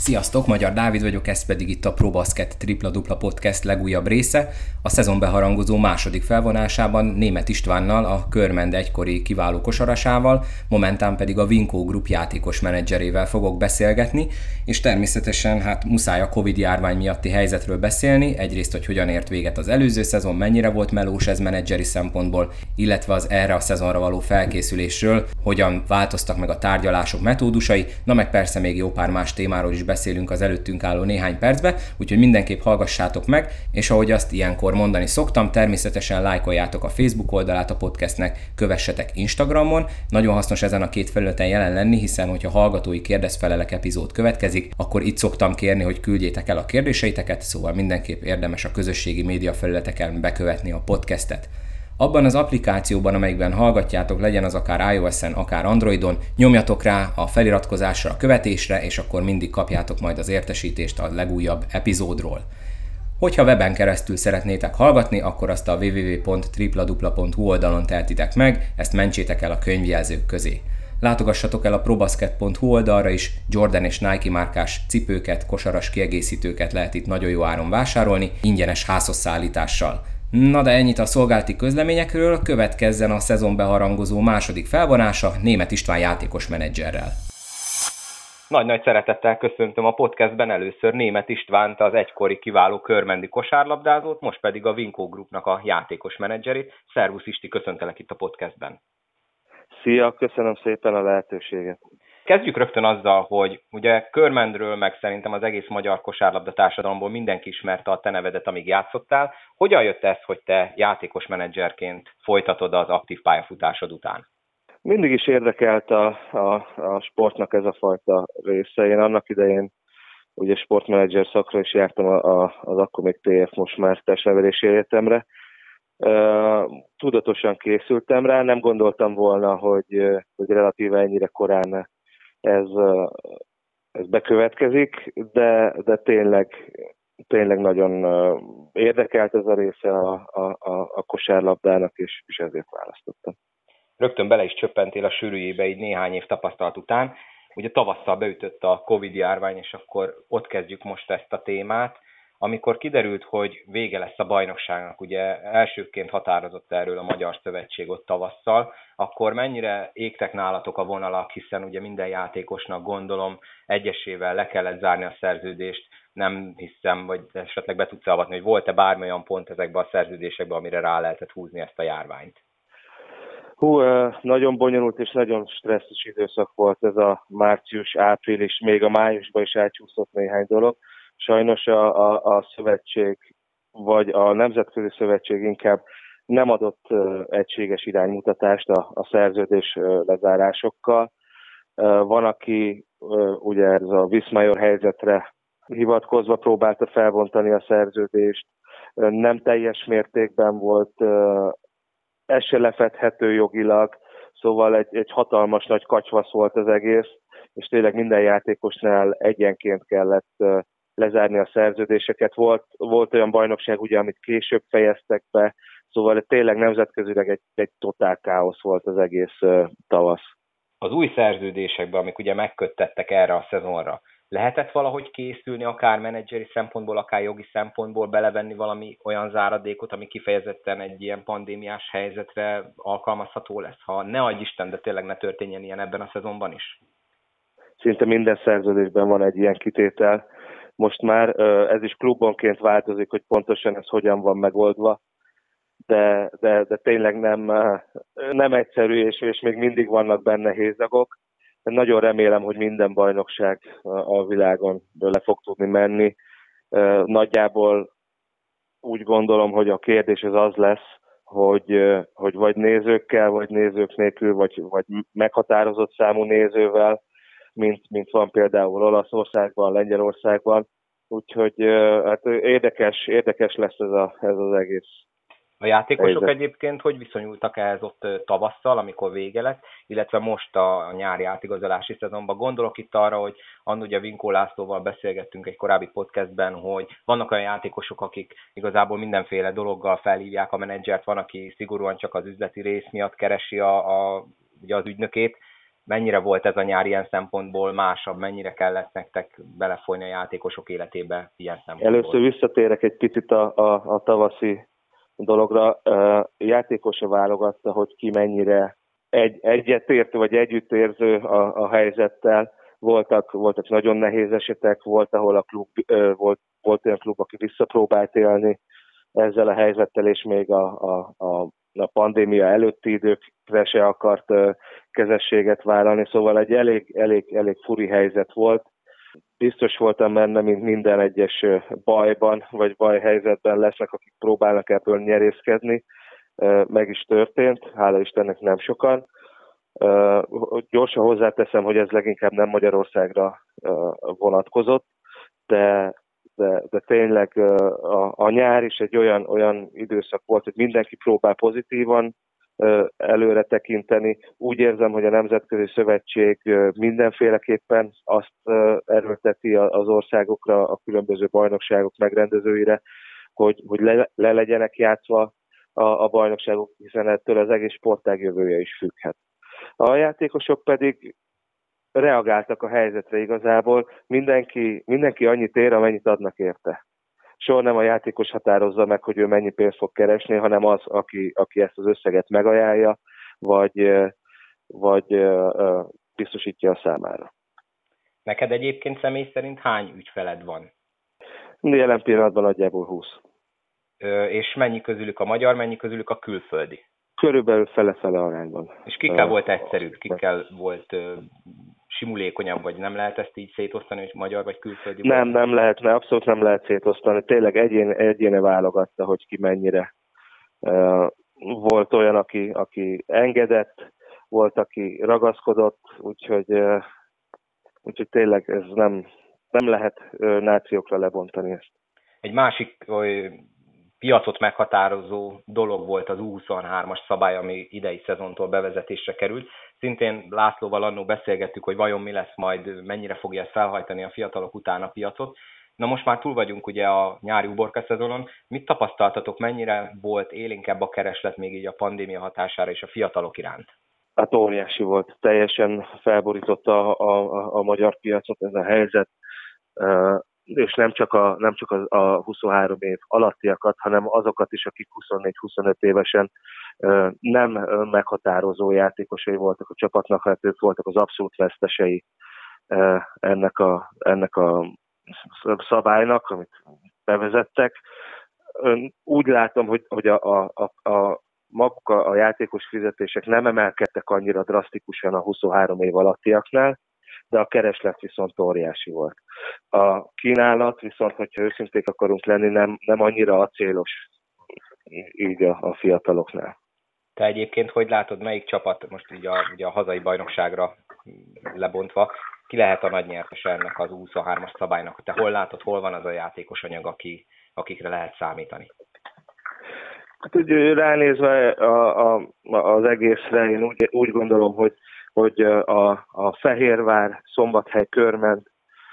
Sziasztok, Magyar Dávid vagyok, ez pedig itt a ProBasket Tripla Dupla Podcast legújabb része. A szezon beharangozó második felvonásában Németh Istvánnal, a Körmend egykori kiváló kosarasával, momentán pedig a Vinkó Group játékos menedzserével fogok beszélgetni, és természetesen muszáj a Covid járvány miatti helyzetről beszélni, egyrészt, hogy hogyan ért véget az előző szezon, mennyire volt melós ez menedzseri szempontból, illetve az erre a szezonra való felkészülésről, hogyan változtak meg a tárgyalások metódusai, na meg persze még jó pár más témáról is beszélünk az előttünk álló néhány percbe, úgyhogy mindenképp hallgassátok meg, és ahogy azt ilyenkor mondani szoktam, természetesen lájkoljátok a Facebook oldalát a podcastnek, kövessetek Instagramon, nagyon hasznos ezen a két felületen jelen lenni, hiszen hogyha hallgatói kérdezfelelek epizód következik, akkor itt szoktam kérni, hogy küldjétek el a kérdéseiteket, szóval mindenképp érdemes a közösségi média felületeken bekövetni a podcastet. Abban az applikációban, amelyikben hallgatjátok, legyen az akár iOS-en, akár Androidon, nyomjatok rá a feliratkozásra, a követésre, és akkor mindig kapjátok majd az értesítést a legújabb epizódról. Hogyha weben keresztül szeretnétek hallgatni, akkor azt a www.tripladupla.hu oldalon tehetitek meg, ezt mentsétek el a könyvjelzők közé. Látogassatok el a probasket.hu oldalra is, Jordan és Nike márkás cipőket, kosaras kiegészítőket lehet itt nagyon jó áron vásárolni, ingyenes házhoz szállítással. Na de ennyit a szolgálati közleményekről, következzen a szezon beharangozó második felvonása Németh István játékos menedzserrel. Nagy-nagy szeretettel köszöntöm a podcastben először Németh Istvánt, az egykori kiváló körmendi kosárlabdázót, most pedig a Vinkó Groupnak a játékos menedzserét. Szervusz Isti, köszöntelek itt a podcastben. Szia, köszönöm szépen a lehetőséget. Kezdjük rögtön azzal, hogy ugye Körmendről, meg szerintem az egész magyar kosárlabda társadalomból mindenki ismerte a te nevedet, amíg játszottál. Hogyan jött ez, hogy te játékos menedzserként folytatod az aktív pályafutásod után? Mindig is érdekelt a sportnak ez a fajta része. Én annak idején ugye sportmenedzser szakra is jártam az akkor még TF, most már testnevelési egyetemre. Tudatosan készültem rá, nem gondoltam volna, hogy relatíve ennyire korán ez bekövetkezik, de tényleg nagyon érdekelt ez a része a kosárlabdának, és ezért választottam. Rögtön bele is csöppentél a sűrűjébe így néhány év tapasztalat után. Ugye tavasszal beütött a Covid járvány, és akkor ott kezdjük most ezt a témát. Amikor kiderült, hogy vége lesz a bajnokságnak, ugye elsőként határozott erről a Magyar Szövetség ott tavasszal, akkor mennyire égtek nálatok a vonalak, hiszen ugye minden játékosnak gondolom egyesével le kellett zárni a szerződést, nem hiszem, vagy esetleg be tudsz avatni, hogy volt-e bármilyen pont ezekben a szerződésekben, amire rá lehetett húzni ezt a járványt? Nagyon bonyolult és nagyon stresszes időszak volt ez a március-április, még a májusban is elcsúszott néhány dolog. Sajnos a szövetség, vagy a Nemzetközi Szövetség inkább nem adott egységes iránymutatást a szerződés lezárásokkal. Van, aki ugye ez a Viszmajor helyzetre hivatkozva próbálta felbontani a szerződést, nem teljes mértékben volt ez se lefedhető jogilag, szóval egy hatalmas nagy katyvasz volt az egész, és tényleg minden játékosnál egyenként kellett lezárni a szerződéseket. Volt olyan bajnokság, ugye, amit később fejeztek be, szóval tényleg nemzetközileg egy totál káosz volt az egész tavasz. Az új szerződésekben, amik ugye megköttettek erre a szezonra, lehetett valahogy készülni, akár menedzseri szempontból, akár jogi szempontból belevenni valami olyan záradékot, ami kifejezetten egy ilyen pandémiás helyzetre alkalmazható lesz? Ha ne adj Isten, de tényleg ne történjen ilyen ebben a szezonban is? Szinte minden szerződésben van egy ilyen kitétel. Most már ez is klubonként változik, hogy pontosan ez hogyan van megoldva, de tényleg nem egyszerű, és még mindig vannak benne hézagok. Nagyon remélem, hogy minden bajnokság a világon le fog tudni menni. Nagyjából úgy gondolom, hogy a kérdés az lesz, hogy vagy nézőkkel, vagy nézők nélkül, vagy meghatározott számú nézővel, mint van például Olaszországban, Lengyelországban. Úgyhogy hát érdekes lesz ez az egész. A játékosok egyébként hogy viszonyultak ehhez ott tavasszal, amikor vége lett, illetve most a nyári átigazolási szezonban? Gondolok itt arra, hogy anno ugye Vinkó Lászlóval beszélgettünk egy korábbi podcastben, hogy vannak olyan játékosok, akik igazából mindenféle dologgal felhívják a menedzsert, van, aki szigorúan csak az üzleti rész miatt keresi ugye az ügynökét. Mennyire volt ez a nyár ilyen szempontból másabb, mennyire kellett nektek belefolyni a játékosok életébe ilyen szempontból? Először visszatérek egy picit a tavaszi dologra. Játékosa válogatta, hogy ki mennyire egyetértő vagy együttérző a helyzettel. Voltak nagyon nehéz esetek, volt, ahol a klub, volt olyan klub, aki visszapróbált élni ezzel a helyzettel, és még a pandémia előtti időkre se akart kezességet vállalni, szóval egy elég furi helyzet volt. Biztos voltam benne, mint minden egyes bajban, vagy bajhelyzetben lesznek, akik próbálnak ebből nyerészkedni. Meg is történt, hála Istennek nem sokan. Gyorsan hozzáteszem, hogy ez leginkább nem Magyarországra vonatkozott, de tényleg a nyár is egy olyan időszak volt, hogy mindenki próbál pozitívan előre tekinteni. Úgy érzem, hogy a Nemzetközi Szövetség mindenféleképpen azt erőlteti az országokra, a különböző bajnokságok megrendezőire, hogy le legyenek játszva a bajnokságok, hiszen ettől az egész sportág jövője is függhet. A játékosok pedig reagáltak a helyzetre igazából, mindenki annyit ér, amennyit adnak érte. Soha nem a játékos határozza meg, hogy ő mennyi pénzt fog keresni, hanem az, aki ezt az összeget megajánlja, vagy biztosítja a számára. Neked egyébként személy szerint hány ügyfeled van? Jelen pillanatban nagyjából 20. És mennyi közülük a magyar, mennyi közülük a külföldi? Körülbelül fele-fele arányban. És kikkel volt egyszerűbb, kikkel volt simulékonyabb, vagy nem lehet ezt így szétosztani, hogy magyar vagy külföldi? Nem lehet, abszolút nem lehet szétosztani. Tényleg egyéne válogatta, hogy ki mennyire. Volt olyan, aki engedett, volt, aki ragaszkodott, úgyhogy tényleg ez nem lehet nációkra lebontani ezt. Egy másik piacot meghatározó dolog volt az U23-as szabály, ami idei szezontól bevezetésre került. Szintén Lászlóval annó beszélgettük, hogy vajon mi lesz majd, mennyire fogja ezt felhajtani a fiatalok után a piacot. Na most már túl vagyunk ugye a nyári uborka szezonon. Mit tapasztaltatok, mennyire volt élénkebb a kereslet még így a pandémia hatására és a fiatalok iránt? Hát óriási volt. Teljesen felborította a magyar piacot ez a helyzet. És nem csak a 23 év alattiakat, hanem azokat is, akik 24-25 évesen nem meghatározó játékosai voltak a csapatnak, hát ők voltak az abszolút vesztesei ennek a szabálynak, amit bevezettek. Úgy látom, hogy maguk a játékos fizetések nem emelkedtek annyira drasztikusan a 23 év alattiaknál, de a kereslet viszont óriási volt. A kínálat viszont, hogyha őszinték akarunk lenni, nem annyira acélos így a fiataloknál. Te egyébként hogy látod, melyik csapat, most ugye a hazai bajnokságra lebontva, ki lehet a nagy nyertes ennek az U23-as szabálynak? Te hol látod, hol van az a játékos anyag, akikre lehet számítani? Hát úgy ránézve az egészre, én úgy gondolom, hogy a Fehérvár, Szombathely, Körment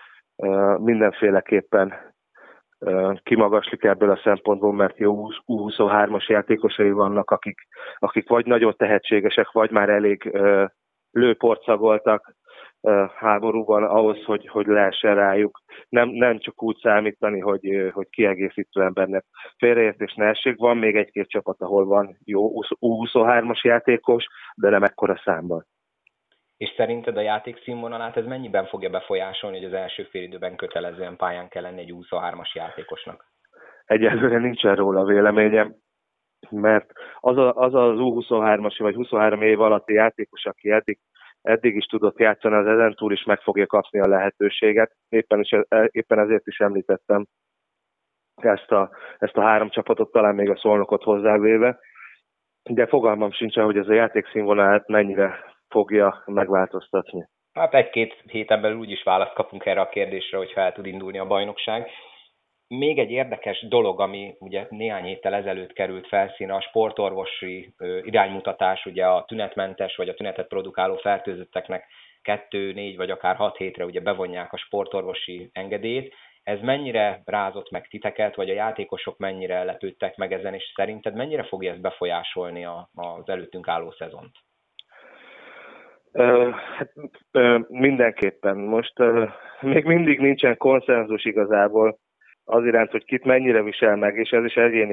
mindenféleképpen kimagaslik ebből a szempontból, mert jó U23-as játékosai vannak, akik vagy nagyon tehetségesek, vagy már elég lőport szagoltak háborúban ahhoz, hogy lehessen rájuk. Nem csak úgy számítani, hogy kiegészítő embernek félreértés ne essék. Van még egy-két csapat, ahol van jó U23-as játékos, de nem ekkora számban. És szerinted a játék színvonalát ez mennyiben fogja befolyásolni, hogy az első félidőben kötelezően pályán kell lenni egy U23-as játékosnak? Egyelőre nincsen róla véleményem, mert az U23-as vagy 23 év alatti játékos, aki eddig is tudott játszani, az ezentúl is meg fogja kapni a lehetőséget. Éppen ezért is említettem ezt a három csapatot, talán még a Szolnokot hozzávéve, de fogalmam sincsen, hogy ez a játék színvonalát mennyire fogja megváltoztatni. Hát egy-két héten belül úgyis választ kapunk erre a kérdésre, hogyha el tud indulni a bajnokság. Még egy érdekes dolog, ami ugye néhány héttel ezelőtt került felszínre, a sportorvosi iránymutatás, ugye a tünetmentes vagy a tünetet produkáló fertőzötteknek 2, 4 vagy akár 6 hétre ugye bevonják a sportorvosi engedélyt. Ez mennyire rázott meg titeket, vagy a játékosok mennyire lepődtek meg ezen, és szerinted mennyire fogja ez befolyásolni az előttünk álló szezont? Hát mindenképpen. Most még mindig nincsen konszenzus igazából az iránt, hogy kit mennyire visel meg, és ez is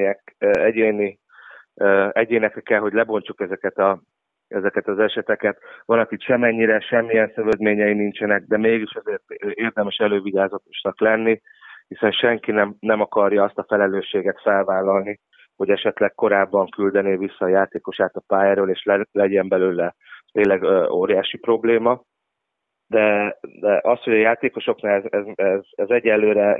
egyénekre kell, hogy lebontsuk ezeket az eseteket. Van, akit semennyire, semmilyen szövődményei nincsenek, de mégis azért érdemes elővigyázatosnak lenni, hiszen senki nem akarja azt a felelősséget felvállalni, hogy esetleg korábban küldené vissza a játékosát a pályáról, és legyen belőle tényleg óriási probléma. De az, hogy a játékosoknál ez egyelőre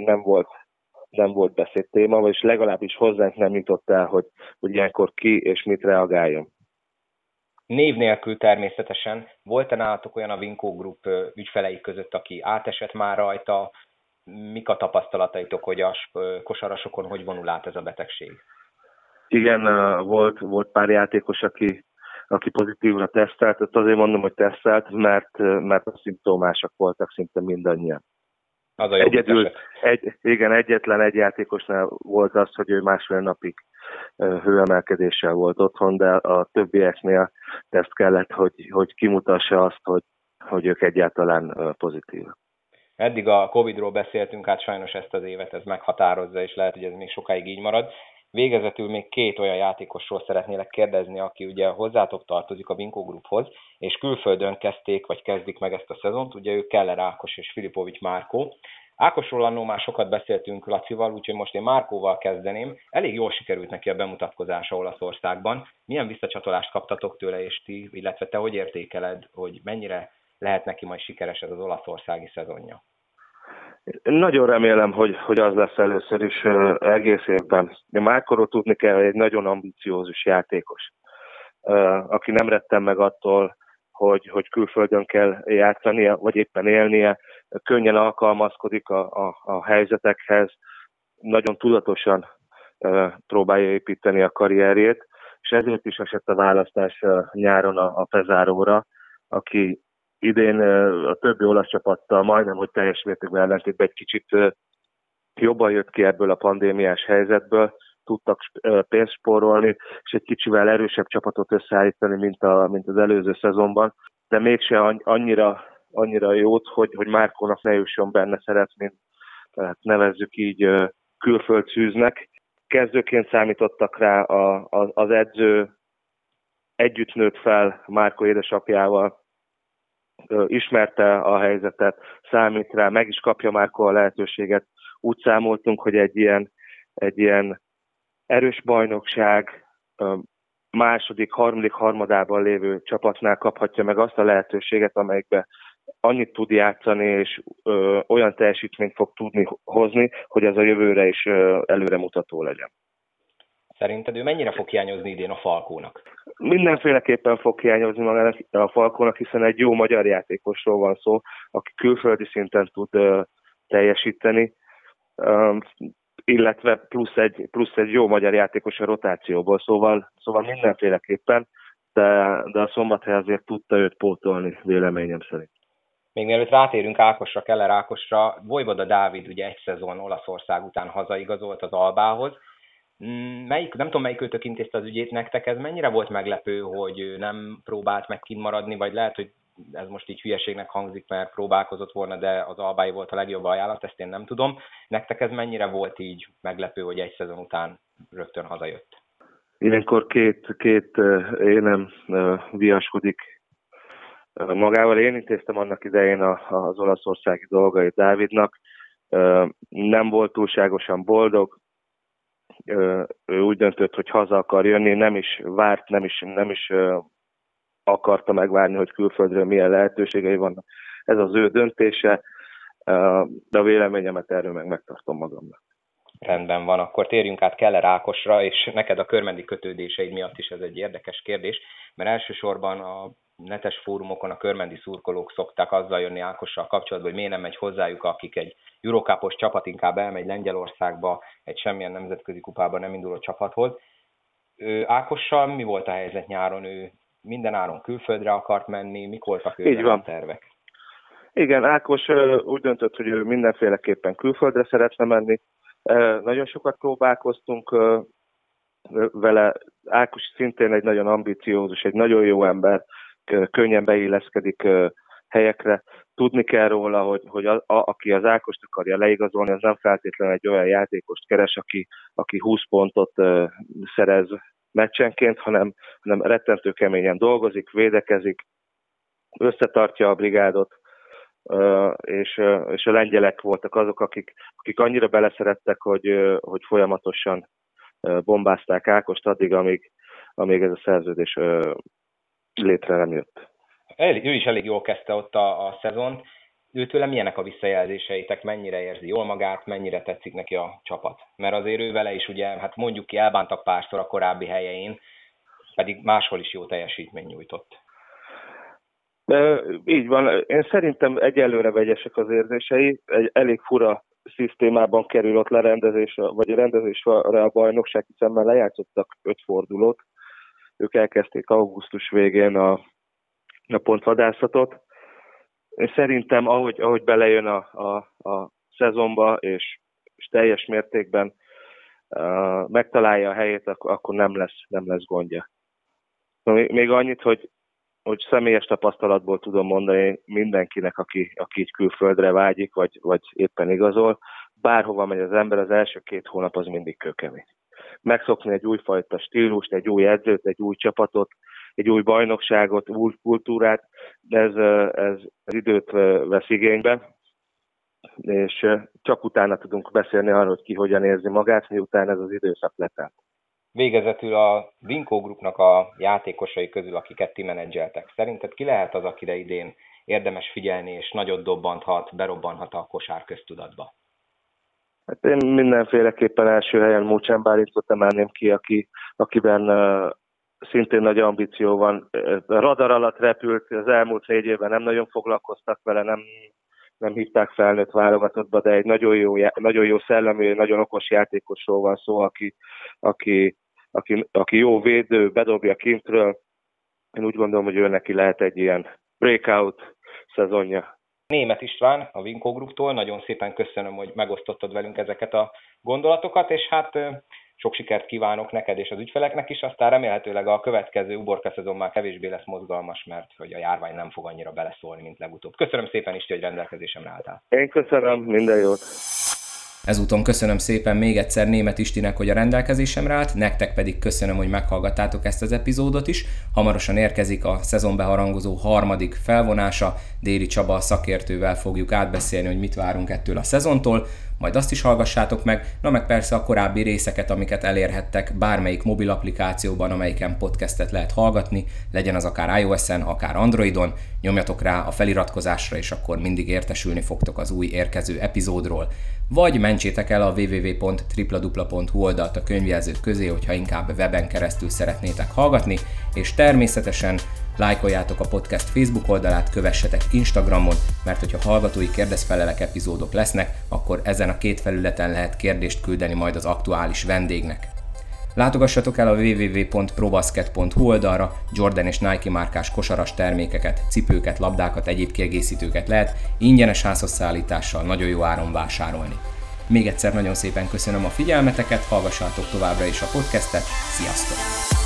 nem volt beszédtéma, és legalábbis hozzánk nem jutott el, hogy ilyenkor ki és mit reagáljon. Név nélkül természetesen. Volt-e nálatok olyan a Vinkó Group ügyfelei között, aki átesett már rajta? Mik a tapasztalataitok, hogy a kosarasokon hogy vonul át ez a betegség? Igen, volt pár játékos, aki pozitívra tesztelt. Ezt azért mondom, hogy tesztelt, mert a szimptomások voltak szinte mindannyian. Az a jó egyetlen egy játékosnál volt az, hogy ő másfél napig hőemelkedéssel volt otthon, de a többieknél teszt kellett, hogy kimutassa azt, hogy ők egyáltalán pozitív. Eddig a Covid-ról beszéltünk, hát sajnos ezt az évet ez meghatározza, és lehet, hogy ez még sokáig így marad. Végezetül még két olyan játékosról szeretnélek kérdezni, aki ugye hozzátok tartozik a Vinkó Grouphoz, és külföldön kezdték, vagy kezdik meg ezt a szezont, ugye ők Keller Ákos és Filipovics Márkó. Ákosról annó már sokat beszéltünk Lacival, úgyhogy most én Márkóval kezdeném. Elég jól sikerült neki a bemutatkozása Olaszországban. Milyen visszacsatolást kaptatok tőle, és ti, illetve te hogy értékeled, hogy mennyire lehet neki majd sikeres ez az olaszországi szezonja? Nagyon remélem, hogy az lesz először is egész évben. De Márkóról tudni kell, hogy egy nagyon ambiciózus játékos, aki nem retten meg attól, hogy külföldön kell játszania, vagy éppen élnie, könnyen alkalmazkodik a helyzetekhez, nagyon tudatosan próbálja építeni a karrierjét, és ezért is esett a választás nyáron a Pezáróra, aki idén a többi olasz csapattal majdnem, hogy teljes mértékben ellentétben egy kicsit jobban jött ki ebből a pandémiás helyzetből, tudtak pénzt spórolni, és egy kicsivel erősebb csapatot összeállítani, mint az előző szezonban, de mégse annyira jót, hogy Márkónak ne jusson benne szerep, mint nevezzük így külföldszűznek. Kezdőként számítottak rá, az edző együtt nőtt fel Márkó édesapjával, ismerte a helyzetet, számít rá, meg is kapja Márkó a lehetőséget. Úgy számoltunk, hogy egy ilyen erős bajnokság második, harmadik harmadában lévő csapatnál kaphatja meg azt a lehetőséget, amelyikben annyit tud játszani, és olyan teljesítményt fog tudni hozni, hogy ez a jövőre is előremutató legyen. Szerinted ő mennyire fog hiányozni idén a Falkónak? Mindenféleképpen fog hiányozni magának a Falkónak, hiszen egy jó magyar játékosról van szó, aki külföldi szinten tud teljesíteni, illetve plusz egy jó magyar játékos a rotációból, szóval mindenféleképpen, de a Szombathely azért tudta őt pótolni, véleményem szerint. Még mielőtt rátérünk Ákosra, Keller Ákosra, Vojvoda Dávid ugye egy szezon Olaszország után hazaigazolt az Albához. Nem tudom, melyik őtök intézte az ügyét nektek, ez mennyire volt meglepő, hogy ő nem próbált meg kint maradni, vagy lehet, hogy ez most így hülyeségnek hangzik, mert próbálkozott volna, de az Albái volt a legjobb ajánlat, ezt én nem tudom. Nektek ez mennyire volt így meglepő, hogy egy szezon után rögtön hazajött? Ilyenkor két énem viaskodik magával. Én intéztem annak idején az olaszországi dolgait Dávidnak. Nem volt túlságosan boldog. Ő úgy döntött, hogy haza akar jönni, nem is várt, nem is akarta megvárni, hogy külföldről milyen lehetőségei vannak. Ez az ő döntése, de a véleményemet erről megtartom magamnak. Rendben van, akkor térjünk át Keller Ákosra, és neked a körmendi kötődéseid miatt is ez egy érdekes kérdés, mert elsősorban a netes fórumokon a körmendi szurkolók szokták azzal jönni Ákossal kapcsolatban, hogy miért nem megy hozzájuk, akik egy Eurocupos csapat inkább elmegy Lengyelországba, egy semmilyen nemzetközi kupában nem induló csapathoz. Ákossal mi volt a helyzet nyáron? Ő minden áron külföldre akart menni, mik voltak ők a tervek? Igen, Ákos úgy döntött, hogy ő mindenféleképpen külföldre szeretne menni. Nagyon sokat próbálkoztunk vele. Ákos szintén egy nagyon ambiciózus, egy nagyon jó ember, könnyen beilleszkedik helyekre. Tudni kell róla, hogy aki az Ákost akarja leigazolni, az nem feltétlenül egy olyan játékost keres, aki 20 pontot szerez meccsenként, hanem rettentő keményen dolgozik, védekezik, összetartja a brigádot, és a lengyelek voltak azok, akik annyira beleszerettek, hogy folyamatosan bombázták Ákost addig, amíg ez a szerződés létre nem jött. Ő is elég jól kezdte ott a szezont. Őtőle milyenek a visszajelzéseitek, mennyire érzi jól magát, mennyire tetszik neki a csapat? Mert azért ő vele is ugye, hát mondjuk ki, elbántak párszor a korábbi helyein, pedig máshol is jó teljesítmény nyújtott. Így van. Én szerintem egyelőre vegyesek az érzései. Egy elég fura szisztémában kerül ott rendezésre a bajnokság, hiszen már lejátszottak 5 fordulót. Ők elkezdték augusztus végén a pontvadászatot. Én szerintem, ahogy belejön a szezonba, és teljes mértékben megtalálja a helyét, akkor nem lesz gondja. Még annyit, hogy személyes tapasztalatból tudom mondani mindenkinek, aki így külföldre vágyik, vagy éppen igazol, bárhova megy az ember, az első 2 hónap az mindig kőkemény. Megszokni egy újfajta stílust, egy új edzőt, egy új csapatot, egy új bajnokságot, új kultúrát, ez időt vesz igénybe, és csak utána tudunk beszélni arról, hogy ki hogyan érzi magát, miután ez az időszak letelt. Végezetül a Vinko Groupnak a játékosai közül, akiket ti menedzseltek, szerinted ki lehet az, akire idén érdemes figyelni, és nagyot berobbanhat a kosár köztudatba? Hát én mindenféleképpen első helyen Mócsán Bálintot emelném ki, akiben szintén nagy ambíció van. Radar alatt repült, az elmúlt 4 évben nem nagyon foglalkoztak vele, nem hívták felnőtt válogatottba, de egy nagyon jó szellemű, nagyon okos játékosról van szó, aki jó védő, bedobja kintről. Én úgy gondolom, hogy ő neki lehet egy ilyen breakout szezonja. Németh István, a Vinko Grouptól, nagyon szépen köszönöm, hogy megosztottad velünk ezeket a gondolatokat, és hát sok sikert kívánok neked és az ügyfeleknek is, aztán remélhetőleg a következő uborka szezon már kevésbé lesz mozgalmas, mert hogy a járvány nem fog annyira beleszólni, mint legutóbb. Köszönöm szépen, Isti, hogy rendelkezésemre álltál. Én köszönöm, minden jót! Ezúton köszönöm szépen még egyszer Németh Istinek, hogy a rendelkezésemre állt, nektek pedig köszönöm, hogy meghallgattátok ezt az epizódot is. Hamarosan érkezik a szezonbeharangozó 3. felvonása, Déri Csaba szakértővel fogjuk átbeszélni, hogy mit várunk ettől a szezontól, majd azt is hallgassátok meg, meg persze a korábbi részeket, amiket elérhettek bármelyik mobil applikációban, amelyiken podcastet lehet hallgatni, legyen az akár iOS-en, akár Androidon, nyomjatok rá a feliratkozásra, és akkor mindig értesülni fogtok az új érkező epizódról. Vagy mentsétek el a www.tripladupla.hu oldalt a könyvjelzők közé, hogyha inkább weben keresztül szeretnétek hallgatni, és természetesen lájkoljátok a podcast Facebook oldalát, kövessetek Instagramon, mert hogyha hallgatói kérdezfelelek epizódok lesznek, akkor ezen a 2 felületen lehet kérdést küldeni majd az aktuális vendégnek. Látogassatok el a www.probasket.hu oldalra, Jordan és Nike márkás kosaras termékeket, cipőket, labdákat, egyéb kiegészítőket lehet ingyenes házhozszállítással nagyon jó áron vásárolni. Még egyszer nagyon szépen köszönöm a figyelmeteket, hallgassátok továbbra is a podcastet, sziasztok!